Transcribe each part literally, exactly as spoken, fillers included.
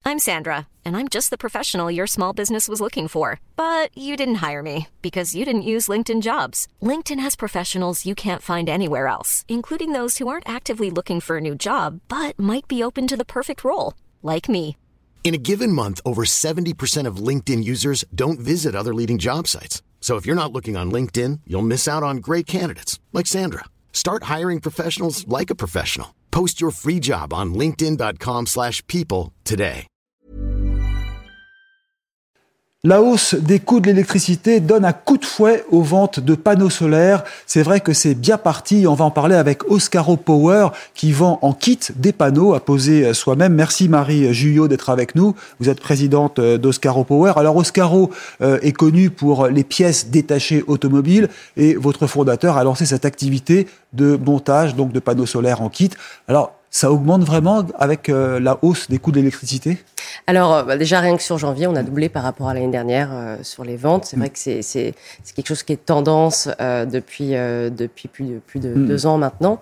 I'm Sandra, and I'm just the professional your small business was looking for. But you didn't hire me because you didn't use LinkedIn Jobs. LinkedIn has professionals you can't find anywhere else, including those who aren't actively looking for a new job, but might be open to the perfect role, like me. In a given month, over seventy percent of LinkedIn users don't visit other leading job sites. So if you're not looking on LinkedIn, you'll miss out on great candidates like Sandra. Start hiring professionals like a professional. Post your free job on linkedin dot com slash people today. La hausse des coûts de l'électricité donne un coup de fouet aux ventes de panneaux solaires. C'est vrai que c'est bien parti. On va en parler avec Oscaro Power qui vend en kit des panneaux à poser soi-même. Merci Marie Juillot d'être avec nous. Vous êtes présidente d'Oscaro Power. Alors Oscaro euh, est connu pour les pièces détachées automobiles et votre fondateur a lancé cette activité de montage donc de panneaux solaires en kit. Alors ça augmente vraiment avec euh, la hausse des coûts de l'électricité ? Alors, bah déjà, rien que sur janvier, on a doublé par rapport à l'année dernière euh, sur les ventes. C'est mmh. vrai que c'est, c'est, c'est quelque chose qui est tendance euh, depuis, euh, depuis plus de, plus de mmh. deux ans maintenant.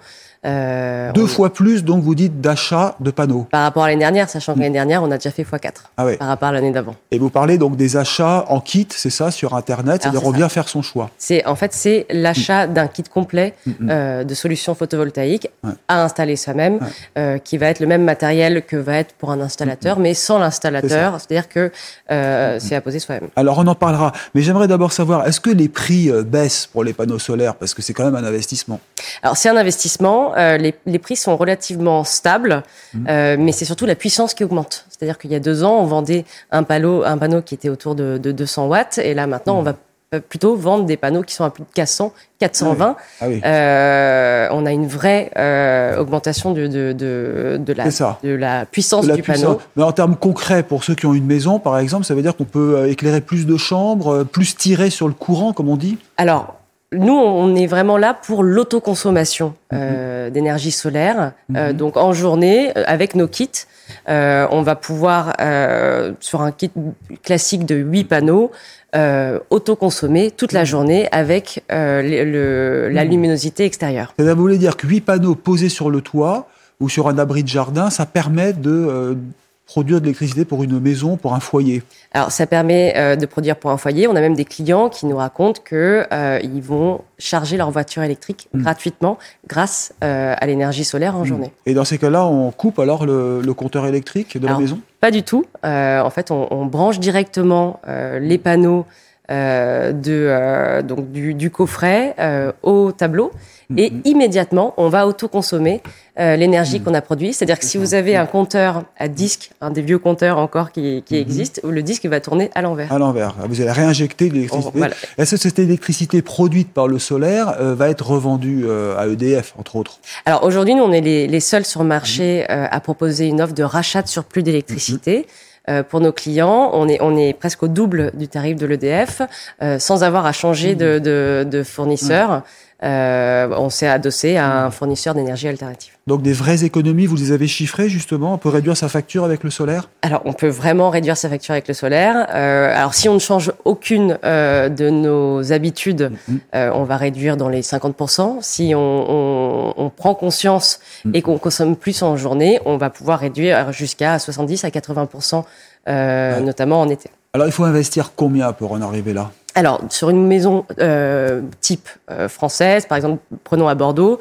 Euh, Deux on... fois plus, donc vous dites, d'achats de panneaux. Par rapport à l'année dernière, sachant que l'année dernière, on a déjà fait fois quatre ah ouais. par rapport à l'année d'avant. Et vous parlez donc des achats en kit, c'est ça, sur Internet, c'est-à-dire on vient faire son choix. C'est, en fait, c'est l'achat mmh. d'un kit complet mmh. euh, de solutions photovoltaïques ouais. à installer soi-même, ouais. euh, qui va être le même matériel que va être pour un installateur, mmh. mais sans l'installateur, c'est c'est-à-dire que euh, mmh. c'est à poser soi-même. Alors on en parlera, mais j'aimerais d'abord savoir, est-ce que les prix euh, baissent pour les panneaux solaires ? Parce que c'est quand même un investissement. Alors c'est un investissement. Euh, les, les prix sont relativement stables, mmh. euh, mais c'est surtout la puissance qui augmente. C'est-à-dire qu'il y a deux ans, on vendait un panneau, un panneau qui était autour de, de deux cents watts, et là maintenant, mmh. on va plutôt vendre des panneaux qui sont à plus de quatre cents, quatre cent vingt. Ah oui. Ah oui. Euh, on a une vraie euh, augmentation de, de, de, de, la, de la puissance de la du puissance. panneau. Mais en termes concrets, pour ceux qui ont une maison, par exemple, ça veut dire qu'on peut éclairer plus de chambres, plus tirer sur le courant, comme on dit ? Alors, nous, on est vraiment là pour l'autoconsommation euh, mmh. d'énergie solaire. Mmh. Euh, donc, en journée, avec nos kits, euh, on va pouvoir, euh, sur un kit classique de huit panneaux, euh, autoconsommer toute la journée avec euh, le, le, la luminosité extérieure. Ça voulait dire que huit panneaux posés sur le toit ou sur un abri de jardin, ça permet de... Euh, produire de l'électricité pour une maison, pour un foyer. Alors, ça permet euh, de produire pour un foyer. On a même des clients qui nous racontent que euh, ils vont charger leur voiture électrique mmh. gratuitement grâce euh, à l'énergie solaire en mmh. journée. Et dans ces cas-là, on coupe alors le, le compteur électrique de alors, la maison ? Pas du tout. Euh, en fait, on, on branche directement euh, les panneaux euh, de, euh, donc du, du coffret euh, au tableau. Et mmh. immédiatement, on va autoconsommer euh, l'énergie mmh. qu'on a produite. C'est-à-dire que si vous avez un compteur à disque, un des vieux compteurs encore qui, qui mmh. existe, où le disque va tourner à l'envers. À l'envers. Vous allez réinjecter de l'électricité. Oh, voilà. Est-ce que cette électricité produite par le solaire euh, va être revendue euh, à E D F, entre autres ? Alors aujourd'hui, nous, on est les, les seuls sur le marché mmh. euh, à proposer une offre de rachat de surplus d'électricité. Mmh. Euh, pour nos clients, on est, on est presque au double du tarif de l'E D F, euh, sans avoir à changer mmh. de, de, de fournisseur. Mmh. Euh, on s'est adossé à un fournisseur d'énergie alternative. Donc des vraies économies, vous les avez chiffrées justement ? On peut réduire sa facture avec le solaire ? Alors on peut vraiment réduire sa facture avec le solaire. Euh, alors si on ne change aucune euh, de nos habitudes, mmh. euh, on va réduire dans les cinquante pour cent. Si on, on, on prend conscience mmh. et qu'on consomme plus en journée, on va pouvoir réduire jusqu'à soixante-dix à quatre-vingts pour cent, euh, ouais. notamment en été. Alors il faut investir combien pour en arriver là ? Alors, sur une maison euh, type euh, française, par exemple, prenons à Bordeaux,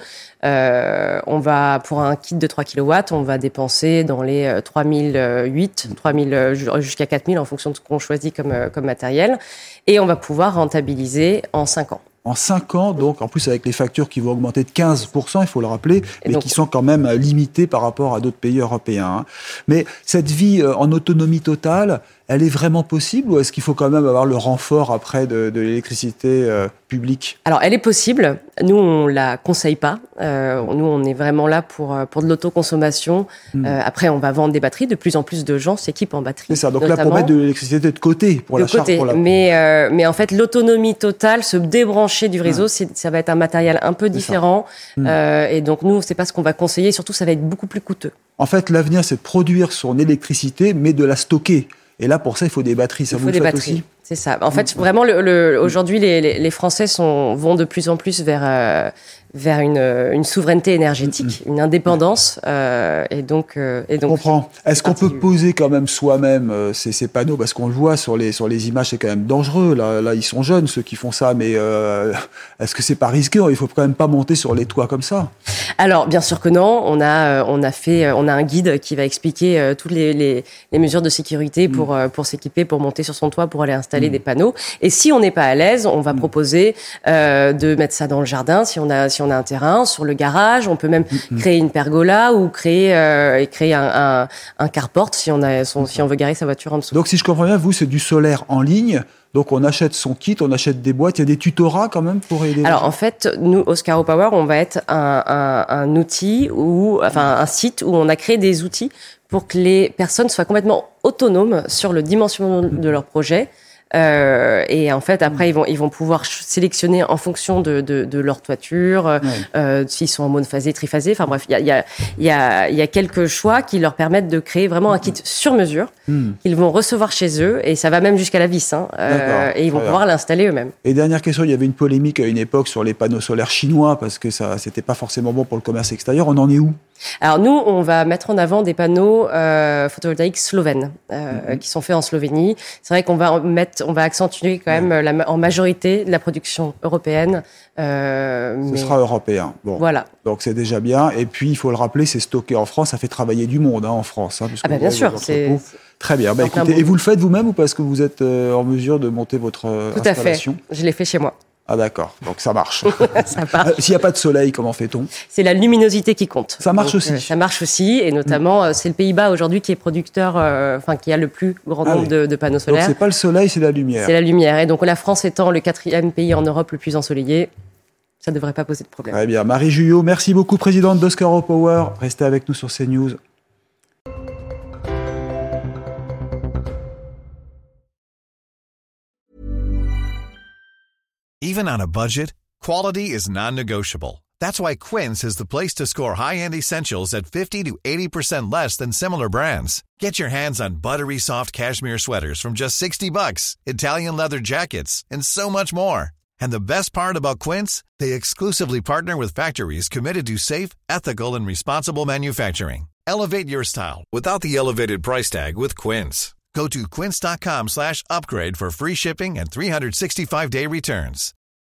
euh, on va, pour un kit de trois kilowatts, on va dépenser dans les euh, trois mille huit, trois mille jusqu'à quatre mille en fonction de ce qu'on choisit comme, euh, comme matériel. Et on va pouvoir rentabiliser en cinq ans. En cinq ans, donc, en plus avec les factures qui vont augmenter de quinze pour cent, il faut le rappeler, mais donc, qui sont quand même limitées par rapport à d'autres pays européens. Hein. Mais cette vie euh, en autonomie totale, elle est vraiment possible ou est-ce qu'il faut quand même avoir le renfort après de, de l'électricité euh, publique ? Alors, elle est possible. Nous, on la conseille pas. Euh, nous, on est vraiment là pour, pour de l'autoconsommation. Mmh. Euh, après, on va vendre des batteries. De plus en plus de gens s'équipent en batterie. C'est ça. Donc là, pour mettre de l'électricité de côté, pour de la charge. Pour la... Mais, euh, mais en fait, l'autonomie totale, se débrancher du réseau, mmh. c'est, ça va être un matériel un peu différent. Mmh. Euh, et donc, nous, c'est pas ce qu'on va conseiller. Surtout, ça va être beaucoup plus coûteux. En fait, l'avenir, c'est de produire son électricité, mais de la stocker. Et là, pour ça, il faut des batteries. Ça il vous faut des le faites batteries. aussi ? C'est ça. En fait, vraiment, le, le, aujourd'hui, les, les, les Français sont, vont de plus en plus vers, euh, vers une, une souveraineté énergétique, une indépendance. Euh, et donc, euh, et donc, je comprends. Est-ce qu'on peut poser quand même soi-même euh, ces, ces panneaux? Parce qu'on le voit sur les, sur les images, c'est quand même dangereux. Là, là, ils sont jeunes, ceux qui font ça. Mais euh, est-ce que c'est pas risqué? Il faut quand même pas monter sur les toits comme ça. Alors, bien sûr que non. On a, on a fait, on a un guide qui va expliquer euh, toutes les, les, les mesures de sécurité pour, mmh. euh, pour s'équiper, pour monter sur son toit, pour aller installer mmh. des panneaux. Et si on n'est pas à l'aise, on va mmh. proposer euh, de mettre ça dans le jardin, si on a, si on a un terrain, sur le garage. On peut même mmh. créer une pergola ou créer, euh, créer un, un, un carport si on a, son, si on veut garer sa voiture en dessous. Donc, si je comprends bien, vous, c'est du solaire en ligne. Donc, on achète son kit, on achète des boîtes. Il y a des tutorats quand même pour aider. Alors, en fait, nous, Oscaro Power, on va être un, un, un outil ou, enfin, un site où on a créé des outils pour que les personnes soient complètement autonomes sur le dimensionnement de leur projet. Euh, et en fait, après, ils vont, ils vont pouvoir sélectionner en fonction de, de, de leur toiture, ouais. euh, s'ils sont en monophasé, triphasé. Enfin bref, il y a, il y a, il y a, il y a quelques choix qui leur permettent de créer vraiment un kit sur mesure mm. qu'ils vont recevoir chez eux, et ça va même jusqu'à la vis. Hein, euh, et ils vont pouvoir l'installer eux-mêmes. Et dernière question, il y avait une polémique à une époque sur les panneaux solaires chinois parce que ça, c'était pas forcément bon pour le commerce extérieur. On en est où? Alors nous, on va mettre en avant des panneaux euh, photovoltaïques slovènes euh, mm-hmm. qui sont faits en Slovénie. C'est vrai qu'on va mettre, on va accentuer quand même mm-hmm. la, en majorité la production européenne. Euh, Ce mais... sera européen. Bon. Voilà. Donc c'est déjà bien. Et puis il faut le rappeler, c'est stocké en France. Ça fait travailler du monde hein, en France. Hein, ah ben bien sûr. C'est... Très bien. Bah, écoutez, et vous le faites vous-même ou parce que vous êtes euh, en mesure de monter votre euh, Tout installation? Tout à fait. Je l'ai fait chez moi. Ah d'accord, donc ça marche. ça marche. S'il n'y a pas de soleil, comment fait-on? C'est la luminosité qui compte. Ça marche donc, aussi. Euh, ça marche aussi, et notamment, mmh. c'est le Pays-Bas aujourd'hui qui est producteur, euh, enfin qui a le plus grand nombre ah oui. de, de panneaux solaires. Donc c'est pas le soleil, c'est la lumière. C'est la lumière, et donc la France étant le quatrième pays en Europe le plus ensoleillé, ça ne devrait pas poser de problème. Très bien, Marie Guyot, merci beaucoup, présidente d'Oscaro Power. Restez avec nous sur CNews. Even on a budget, quality is non-negotiable. That's why Quince is the place to score high-end essentials at fifty to eighty percent less than similar brands. Get your hands on buttery soft cashmere sweaters from just sixty bucks, Italian leather jackets, and so much more. And the best part about Quince, they exclusively partner with factories committed to safe, ethical, and responsible manufacturing. Elevate your style without the elevated price tag with Quince. Go to quince.com slash upgrade for free shipping and three sixty-five day returns.